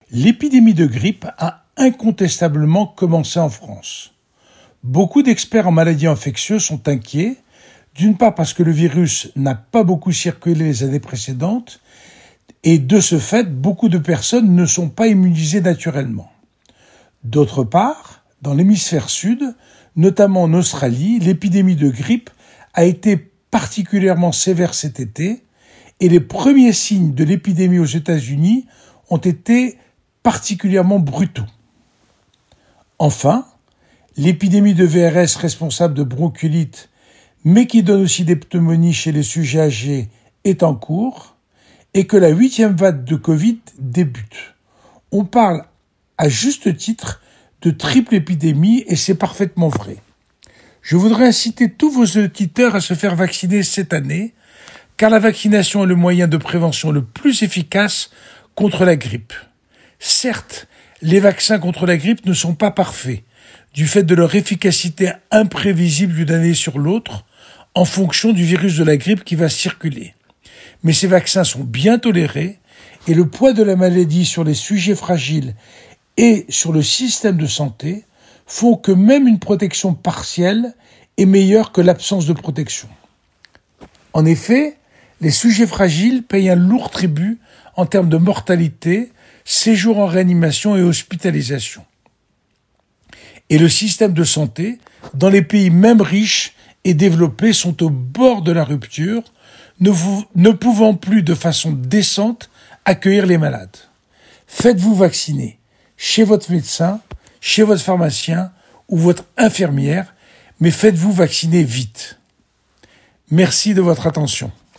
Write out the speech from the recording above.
L'épidémie de grippe a incontestablement commencé en France. Beaucoup d'experts en maladies infectieuses sont inquiets, d'une part parce que le virus n'a pas beaucoup circulé les années précédentes, et de ce fait, beaucoup de personnes ne sont pas immunisées naturellement. D'autre part, dans l'hémisphère sud, notamment en Australie, l'épidémie de grippe a été particulièrement sévère cet été, et les premiers signes de l'épidémie aux États-Unis ont été particulièrement brutaux. Enfin, l'épidémie de VRS responsable de bronchiolite, mais qui donne aussi des pneumonies chez les sujets âgés, est en cours, et que la 8e vague de Covid débute. On parle à juste titre de triple épidémie, et c'est parfaitement vrai. Je voudrais inciter tous vos auditeurs à se faire vacciner cette année, car la vaccination est le moyen de prévention le plus efficace contre la grippe. Certes, les vaccins contre la grippe ne sont pas parfaits, du fait de leur efficacité imprévisible d'une année sur l'autre, en fonction du virus de la grippe qui va circuler. Mais ces vaccins sont bien tolérés, et le poids de la maladie sur les sujets fragiles et sur le système de santé font que même une protection partielle est meilleure que l'absence de protection. En effet, les sujets fragiles payent un lourd tribut en termes de mortalité, séjour en réanimation et hospitalisation. Et le système de santé, dans les pays même riches et développés, sont au bord de la rupture, ne pouvant plus de façon décente accueillir les malades. Faites-vous vacciner chez votre médecin, chez votre pharmacien ou votre infirmière, mais faites-vous vacciner vite. Merci de votre attention.